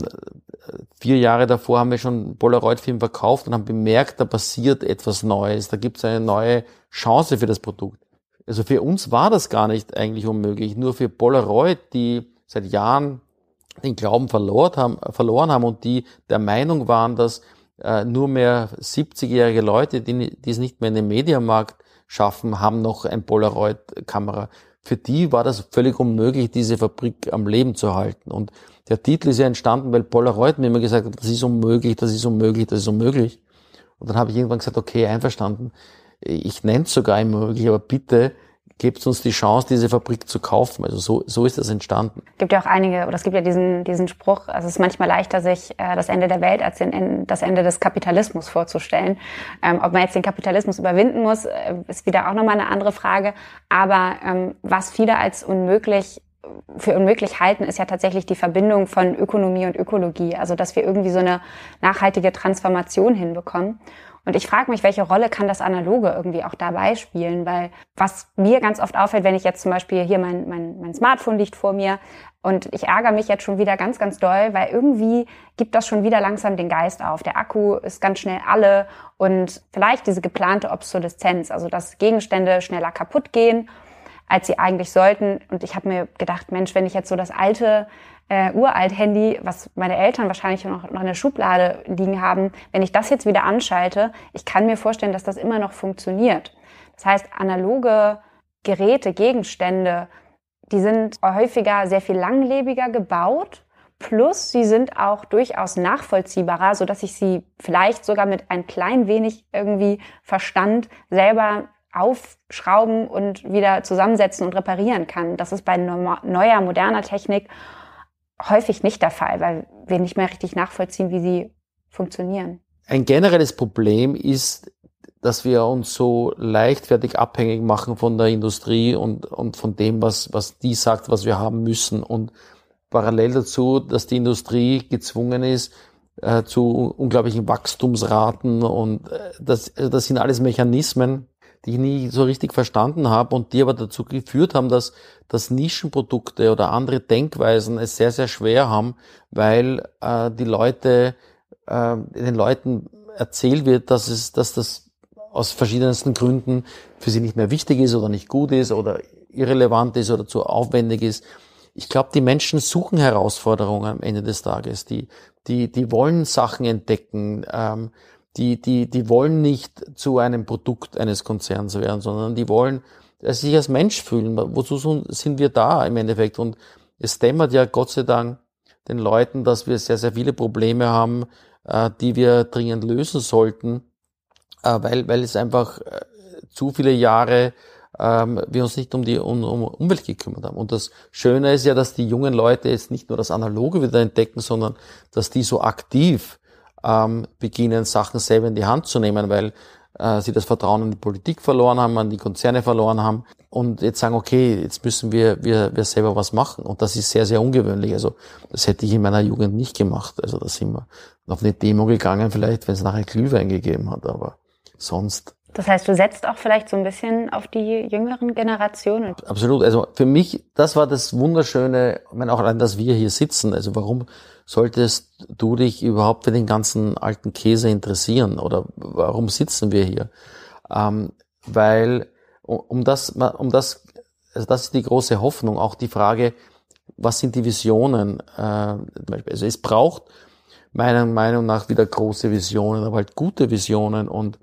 vier Jahre davor haben wir schon Polaroid-Film verkauft und haben bemerkt, da passiert etwas Neues, da gibt es eine neue Chance für das Produkt. Also für uns war das gar nicht eigentlich unmöglich, nur für Polaroid, die seit Jahren den Glauben verloren haben, verloren haben und die der Meinung waren, dass äh, nur mehr siebzigjährige Leute, die, die es nicht mehr in den Mediamarkt schaffen, haben noch ein Polaroid-Kamera. Für die war das völlig unmöglich, diese Fabrik am Leben zu halten. Und der Titel ist ja entstanden, weil Polaroid mir immer gesagt hat, das ist unmöglich, das ist unmöglich, das ist unmöglich. Und dann habe ich irgendwann gesagt, okay, einverstanden, ich nenne es sogar unmöglich, aber bitte gebt uns die Chance, diese Fabrik zu kaufen. Also so so ist das entstanden. Es gibt ja auch einige, oder es gibt ja diesen diesen Spruch, also es ist manchmal leichter, sich äh, das Ende der Welt als den, das Ende des Kapitalismus vorzustellen. Ähm, ob man jetzt den Kapitalismus überwinden muss, äh, ist wieder auch nochmal eine andere Frage. Aber ähm, was viele als unmöglich für unmöglich halten, ist ja tatsächlich die Verbindung von Ökonomie und Ökologie. Also dass wir irgendwie so eine nachhaltige Transformation hinbekommen. Und ich frage mich, welche Rolle kann das Analoge irgendwie auch dabei spielen? Weil was mir ganz oft auffällt, wenn ich jetzt zum Beispiel hier mein, mein, mein Smartphone liegt vor mir und ich ärgere mich jetzt schon wieder ganz, ganz doll, weil irgendwie gibt das schon wieder langsam den Geist auf. Der Akku ist ganz schnell alle und vielleicht diese geplante Obsoleszenz, also dass Gegenstände schneller kaputt gehen, als sie eigentlich sollten. Und ich habe mir gedacht, Mensch, wenn ich jetzt so das alte Äh, Uralt-Handy, was meine Eltern wahrscheinlich noch, noch in der Schublade liegen haben, wenn ich das jetzt wieder anschalte, ich kann mir vorstellen, dass das immer noch funktioniert. Das heißt, analoge Geräte, Gegenstände, die sind häufiger sehr viel langlebiger gebaut, plus sie sind auch durchaus nachvollziehbarer, sodass ich sie vielleicht sogar mit ein klein wenig irgendwie Verstand selber aufschrauben und wieder zusammensetzen und reparieren kann. Das ist bei neuer, moderner Technik häufig nicht der Fall, weil wir nicht mehr richtig nachvollziehen, wie sie funktionieren. Ein generelles Problem ist, dass wir uns so leichtfertig abhängig machen von der Industrie und, und von dem, was, was die sagt, was wir haben müssen. Und parallel dazu, dass die Industrie gezwungen ist äh, zu unglaublichen Wachstumsraten und äh, das, also das sind alles Mechanismen, die ich nie so richtig verstanden habe und die aber dazu geführt haben, dass, dass Nischenprodukte oder andere Denkweisen es sehr, sehr schwer haben, weil äh, die Leute, äh, den Leuten erzählt wird, dass es, dass das aus verschiedensten Gründen für sie nicht mehr wichtig ist oder nicht gut ist oder irrelevant ist oder zu aufwendig ist. Ich glaube, die Menschen suchen Herausforderungen am Ende des Tages. Die, die, die wollen Sachen entdecken. Ähm, die, die, die wollen nicht zu einem Produkt eines Konzerns werden, sondern die wollen sich als Mensch fühlen. Wozu sind wir da im Endeffekt? Und es dämmert ja Gott sei Dank den Leuten, dass wir sehr, sehr viele Probleme haben, äh, die wir dringend lösen sollten, äh, weil, weil es einfach äh, zu viele Jahre ähm, wir uns nicht um die um, um Umwelt gekümmert haben. Und das Schöne ist ja, dass die jungen Leute jetzt nicht nur das Analoge wieder entdecken, sondern dass die so aktiv ähm, beginnen, Sachen selber in die Hand zu nehmen, weil äh, sie das Vertrauen in die Politik verloren haben, an die Konzerne verloren haben und jetzt sagen, okay, jetzt müssen wir wir wir selber was machen. Und das ist sehr, sehr ungewöhnlich. Also das hätte ich in meiner Jugend nicht gemacht. Also da sind wir auf eine Demo gegangen, vielleicht, wenn es nachher Glühwein gegeben hat, aber sonst. Das heißt, du setzt auch vielleicht so ein bisschen auf die jüngeren Generationen? Absolut. Also für mich, das war das Wunderschöne, ich meine auch allein, dass wir hier sitzen. Also warum solltest du dich überhaupt für den ganzen alten Käse interessieren? Oder warum sitzen wir hier? Ähm, weil um das, um das, also das ist die große Hoffnung. Auch die Frage, was sind die Visionen? Äh, also es braucht meiner Meinung nach wieder große Visionen, aber halt gute Visionen, und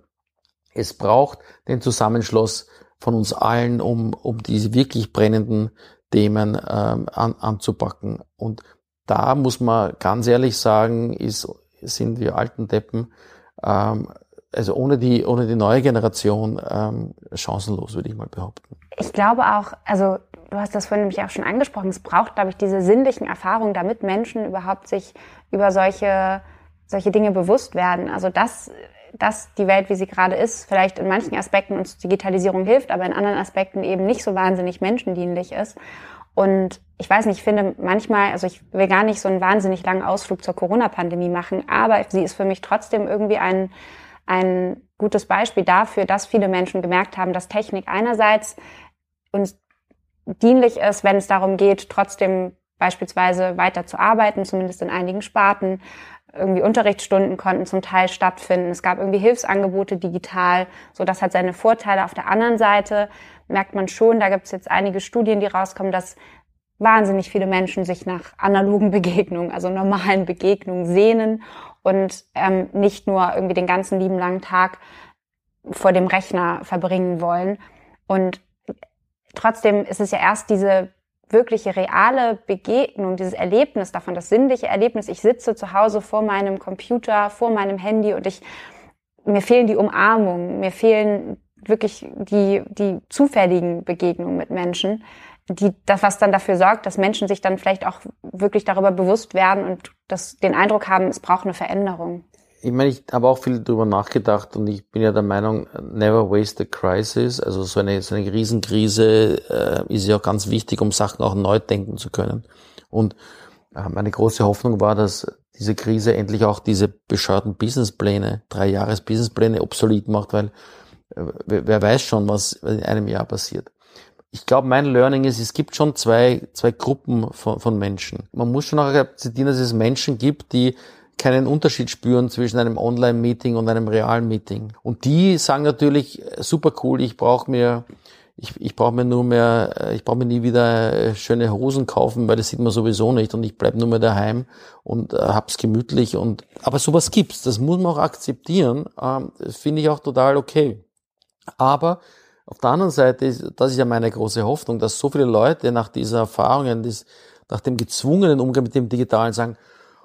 es braucht den Zusammenschluss von uns allen, um, um diese wirklich brennenden Themen ähm, an, anzupacken. Und da muss man ganz ehrlich sagen, ist, sind wir alten Deppen, ähm, also ohne die, ohne die neue Generation ähm, chancenlos, würde ich mal behaupten. Ich glaube auch, also du hast das vorhin nämlich auch schon angesprochen, es braucht, glaube ich, diese sinnlichen Erfahrungen, damit Menschen überhaupt sich über solche, solche Dinge bewusst werden. Also dass, dass die Welt, wie sie gerade ist, vielleicht in manchen Aspekten uns Digitalisierung hilft, aber in anderen Aspekten eben nicht so wahnsinnig menschendienlich ist. Und ich weiß nicht, ich finde manchmal, also ich will gar nicht so einen wahnsinnig langen Ausflug zur Corona-Pandemie machen, aber sie ist für mich trotzdem irgendwie ein, ein gutes Beispiel dafür, dass viele Menschen gemerkt haben, dass Technik einerseits uns dienlich ist, wenn es darum geht, trotzdem beispielsweise weiter zu arbeiten, zumindest in einigen Sparten. Irgendwie Unterrichtsstunden konnten zum Teil stattfinden. Es gab irgendwie Hilfsangebote digital. So, das hat seine Vorteile. Auf der anderen Seite merkt man schon, da gibt es jetzt einige Studien, die rauskommen, dass wahnsinnig viele Menschen sich nach analogen Begegnungen, also normalen Begegnungen sehnen und ähm, nicht nur irgendwie den ganzen lieben langen Tag vor dem Rechner verbringen wollen. Und trotzdem ist es ja erst diese wirkliche reale Begegnung, dieses Erlebnis davon, das sinnliche Erlebnis. Ich sitze zu Hause vor meinem Computer, vor meinem Handy und ich, mir fehlen die Umarmungen, mir fehlen wirklich die, die zufälligen Begegnungen mit Menschen, die, das, was dann dafür sorgt, dass Menschen sich dann vielleicht auch wirklich darüber bewusst werden und das, den Eindruck haben, es braucht eine Veränderung. Ich meine, ich habe auch viel darüber nachgedacht und ich bin ja der Meinung, never waste a crisis. Also so eine, so eine Riesenkrise äh, ist ja auch ganz wichtig, um Sachen auch neu denken zu können. Und äh, meine große Hoffnung war, dass diese Krise endlich auch diese bescheuerten Businesspläne, drei Jahres Businesspläne obsolet macht, weil äh, wer weiß schon, was in einem Jahr passiert. Ich glaube, mein Learning ist, es gibt schon zwei, zwei Gruppen von, von Menschen. Man muss schon auch akzeptieren, dass es Menschen gibt, die keinen Unterschied spüren zwischen einem Online-Meeting und einem realen Meeting. Und die sagen natürlich, super cool, ich brauche mir, ich, ich brauche mir nur mehr, ich brauche mir nie wieder schöne Hosen kaufen, weil das sieht man sowieso nicht und ich bleibe nur mehr daheim und äh, hab's gemütlich. Und aber sowas gibt's, das muss man auch akzeptieren. Ähm, das finde ich auch total okay. Aber auf der anderen Seite ist, das ist ja meine große Hoffnung, dass so viele Leute nach dieser Erfahrungen, dies, nach dem gezwungenen Umgang mit dem Digitalen sagen,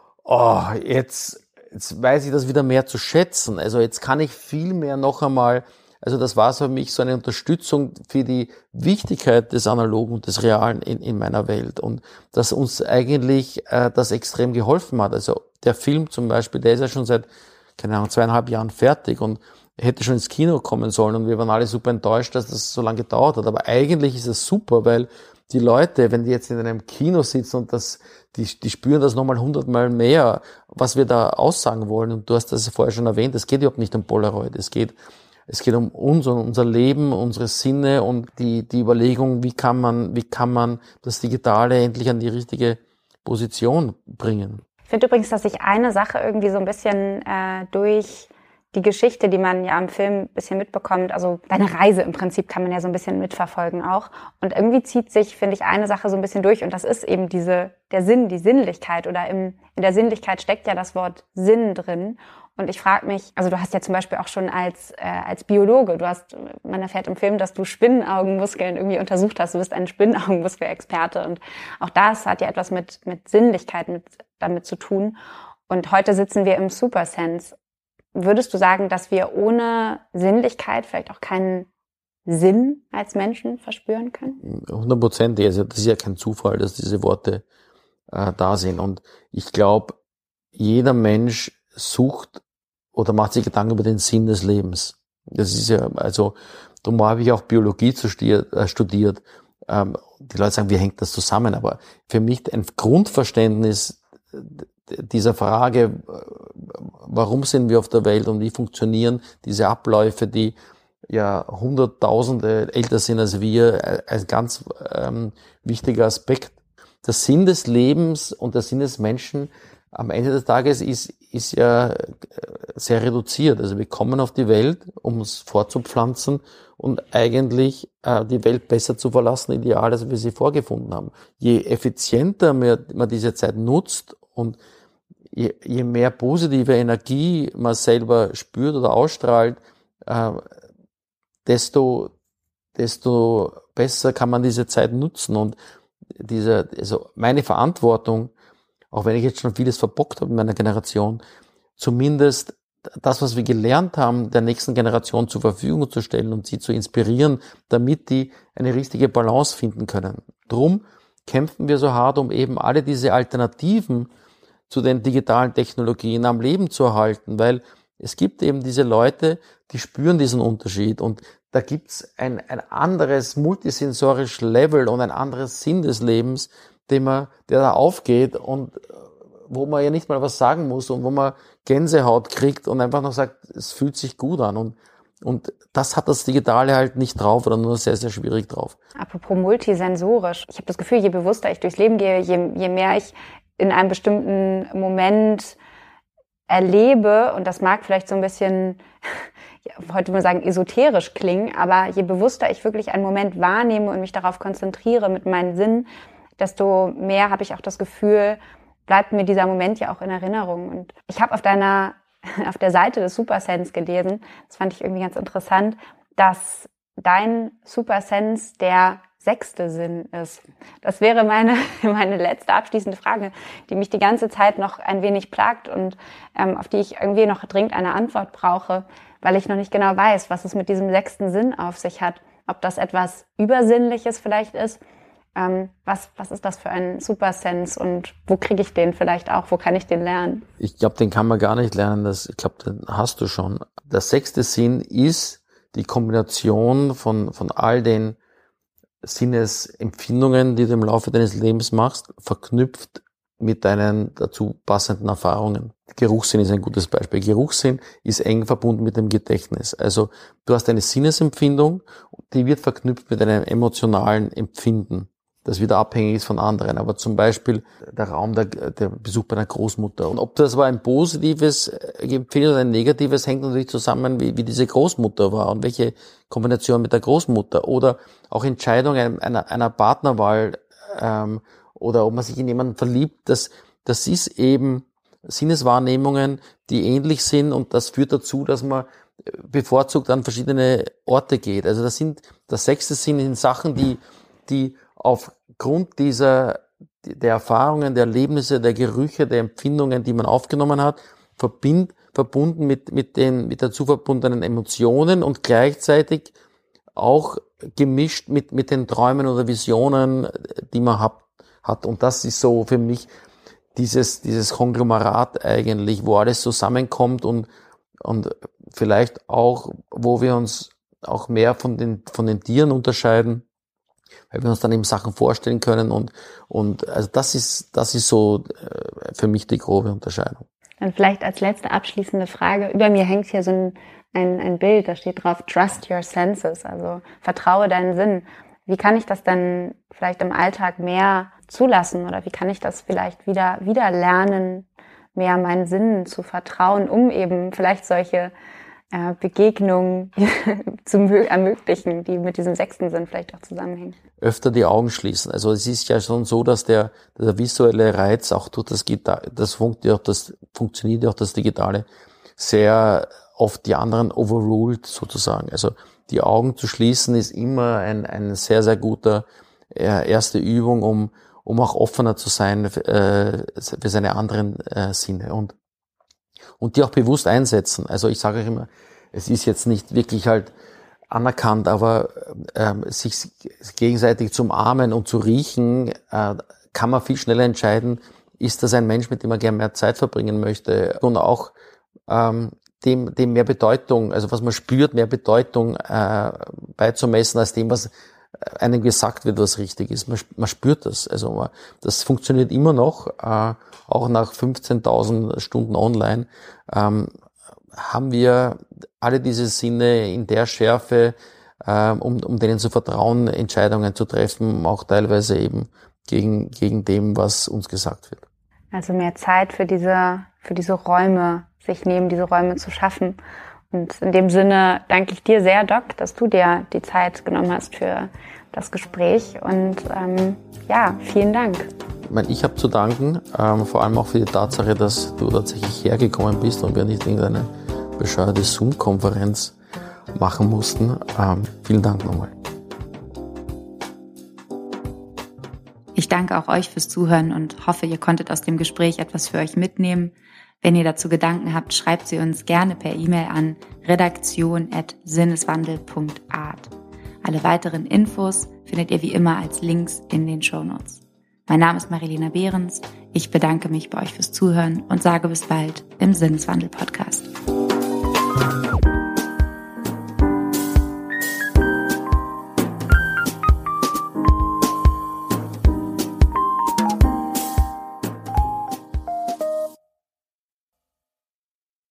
oh, jetzt, jetzt weiß ich das wieder mehr zu schätzen. Also jetzt kann ich viel mehr noch einmal, also das war für mich so eine Unterstützung für die Wichtigkeit des Analogen und des Realen in, in meiner Welt und dass uns eigentlich äh, das extrem geholfen hat. Also der Film zum Beispiel, der ist ja schon seit, keine Ahnung, zweieinhalb Jahren fertig und hätte schon ins Kino kommen sollen und wir waren alle super enttäuscht, dass das so lange gedauert hat. Aber eigentlich ist es super, weil die Leute, wenn die jetzt in einem Kino sitzen und das, die, die spüren das nochmal hundertmal mehr, was wir da aussagen wollen. Und du hast das vorher schon erwähnt, es geht überhaupt nicht um Polaroid. Es geht, es geht um uns und unser Leben, unsere Sinne und die, die Überlegung, wie kann man, wie kann man das Digitale endlich an die richtige Position bringen. Ich finde übrigens, dass sich eine Sache irgendwie so ein bisschen äh, durch die Geschichte, die man ja im Film ein bisschen mitbekommt, also deine Reise im Prinzip kann man ja so ein bisschen mitverfolgen auch. Und irgendwie zieht sich, finde ich, eine Sache so ein bisschen durch und das ist eben diese, der Sinn, die Sinnlichkeit oder im, in der Sinnlichkeit steckt ja das Wort Sinn drin. Und ich frage mich, also du hast ja zum Beispiel auch schon als, äh, als Biologe, du hast, man erfährt im Film, dass du Spinnenaugenmuskeln irgendwie untersucht hast, du bist ein Spinnenaugenmuskelexperte und auch das hat ja etwas mit, mit Sinnlichkeit mit, damit zu tun. Und heute sitzen wir im Supersense. Würdest du sagen, dass wir ohne Sinnlichkeit vielleicht auch keinen Sinn als Menschen verspüren können? Hundertprozentig. Also das ist ja kein Zufall, dass diese Worte äh, da sind. Und ich glaube, jeder Mensch sucht oder macht sich Gedanken über den Sinn des Lebens. Das ist ja, also darum habe ich auch Biologie studiert. Äh, studiert. Ähm, die Leute sagen, wie hängt das zusammen? Aber für mich ein Grundverständnis dieser Frage, warum sind wir auf der Welt und wie funktionieren diese Abläufe, die ja Hunderttausende älter sind als wir, ein ganz ähm, wichtiger Aspekt. Der Sinn des Lebens und der Sinn des Menschen am Ende des Tages ist, ist ja sehr reduziert. Also wir kommen auf die Welt, um uns fortzupflanzen und eigentlich äh, die Welt besser zu verlassen, ideal, als wir sie vorgefunden haben. Je effizienter man, man diese Zeit nutzt und je, je mehr positive Energie man selber spürt oder ausstrahlt, äh, desto, desto besser kann man diese Zeit nutzen. Und diese, also meine Verantwortung, auch wenn ich jetzt schon vieles verbockt habe in meiner Generation, zumindest das, was wir gelernt haben, der nächsten Generation zur Verfügung zu stellen und sie zu inspirieren, damit die eine richtige Balance finden können. Drum kämpfen wir so hart, um eben alle diese Alternativen zu den digitalen Technologien am Leben zu erhalten, weil es gibt eben diese Leute, die spüren diesen Unterschied und da gibt's ein, ein anderes multisensorisches Level und ein anderes Sinn des Lebens, den man, der da aufgeht und wo man ja nicht mal was sagen muss und wo man Gänsehaut kriegt und einfach noch sagt, es fühlt sich gut an. Und, und das hat das Digitale halt nicht drauf oder nur sehr, sehr schwierig drauf. Apropos multisensorisch. Ich habe das Gefühl, je bewusster ich durchs Leben gehe, je, je mehr ich in einem bestimmten Moment erlebe, und das mag vielleicht so ein bisschen, heute mal sagen, esoterisch klingen, aber je bewusster ich wirklich einen Moment wahrnehme und mich darauf konzentriere mit meinen Sinnen, desto mehr habe ich auch das Gefühl, bleibt mir dieser Moment ja auch in Erinnerung. Und ich habe auf deiner, auf der Seite des Supersense gelesen, das fand ich irgendwie ganz interessant, dass dein Supersense der sechste Sinn ist. Das wäre meine, meine letzte abschließende Frage, die mich die ganze Zeit noch ein wenig plagt und ähm, auf die ich irgendwie noch dringend eine Antwort brauche, weil ich noch nicht genau weiß, was es mit diesem sechsten Sinn auf sich hat. Ob das etwas Übersinnliches vielleicht ist. Ähm, was, was ist das für ein Supersense und wo kriege ich den vielleicht auch? Wo kann ich den lernen? Ich glaube, den kann man gar nicht lernen. Das, ich glaube, den hast du schon. Der sechste Sinn ist die Kombination von, von all den Sinnesempfindungen, die du im Laufe deines Lebens machst, verknüpft mit deinen dazu passenden Erfahrungen. Geruchssinn ist ein gutes Beispiel. Geruchssinn ist eng verbunden mit dem Gedächtnis. Also du hast eine Sinnesempfindung, die wird verknüpft mit einem emotionalen Empfinden, das wieder abhängig ist von anderen. Aber zum Beispiel der Raum, der, der Besuch bei einer Großmutter. Und ob das war ein positives Empfinden oder ein negatives, hängt natürlich zusammen, wie, wie diese Großmutter war und welche Kombination mit der Großmutter. Oder auch Entscheidungen einer, einer Partnerwahl, ähm, oder ob man sich in jemanden verliebt, das, das ist eben Sinneswahrnehmungen, die ähnlich sind und das führt dazu, dass man bevorzugt an verschiedene Orte geht. Also das sind, das sechste Sinn sind Sachen, die, die aufgrund dieser, der Erfahrungen, der Erlebnisse, der Gerüche, der Empfindungen, die man aufgenommen hat, verbind, verbunden mit, mit den, mit dazu verbundenen Emotionen und gleichzeitig auch gemischt mit, mit den Träumen oder Visionen, die man hat. hat. Und das ist so für mich dieses, dieses Konglomerat eigentlich, wo alles zusammenkommt und, und vielleicht auch, wo wir uns auch mehr von den, von den Tieren unterscheiden, weil wir uns dann eben Sachen vorstellen können und, und, also das ist, das ist so für mich die grobe Unterscheidung. Dann vielleicht als letzte abschließende Frage. Über mir hängt hier so ein, ein, ein Bild, da steht drauf, trust your senses, also vertraue deinen Sinn. Wie kann ich das dann vielleicht im Alltag mehr zulassen oder wie kann ich das vielleicht wieder, wieder lernen, mehr meinen Sinnen zu vertrauen, um eben vielleicht solche äh, Begegnungen zu ermöglichen, die mit diesem sechsten Sinn vielleicht auch zusammenhängen? Öfter die Augen schließen. Also es ist ja schon so, dass der, der visuelle Reiz auch durch das Gitar, das funktioniert, das funktioniert auch das Digitale sehr oft die anderen overruled sozusagen. Also die Augen zu schließen ist immer ein, ein sehr, sehr guter äh, erste Übung, um, um auch offener zu sein äh, für seine anderen äh, Sinne und, und die auch bewusst einsetzen. Also ich sage euch immer, es ist jetzt nicht wirklich halt anerkannt, aber ähm, sich gegenseitig zu umarmen und zu riechen, äh, kann man viel schneller entscheiden, ist das ein Mensch, mit dem man gerne mehr Zeit verbringen möchte und auch ähm, dem, dem mehr Bedeutung, also was man spürt, mehr Bedeutung äh, beizumessen als dem, was einem gesagt wird, was richtig ist. Man, man spürt das. Also man, das funktioniert immer noch, äh, auch nach fünfzehntausend Stunden online. Ähm, haben wir alle diese Sinne in der Schärfe, äh, um, um denen zu vertrauen, Entscheidungen zu treffen, auch teilweise eben gegen, gegen dem, was uns gesagt wird. Also mehr Zeit für diese, für diese Räume, sich nehmen, diese Räume zu schaffen. Und in dem Sinne danke ich dir sehr, Doc, dass du dir die Zeit genommen hast für das Gespräch. Und ähm, ja, vielen Dank. ich meine, ich habe zu danken, ähm, vor allem auch für die Tatsache, dass du tatsächlich hergekommen bist und wir nicht irgendeine bescheuerte Zoom-Konferenz machen mussten. Ähm, vielen Dank nochmal. Ich danke auch euch fürs Zuhören und hoffe, ihr konntet aus dem Gespräch etwas für euch mitnehmen. Wenn ihr dazu Gedanken habt, schreibt sie uns gerne per E-Mail an redaktion at sinneswandel punkt art. Alle weiteren Infos findet ihr wie immer als Links in den Shownotes. Mein Name ist Marilena Behrens. Ich bedanke mich bei euch fürs Zuhören und sage bis bald im Sinneswandel-Podcast.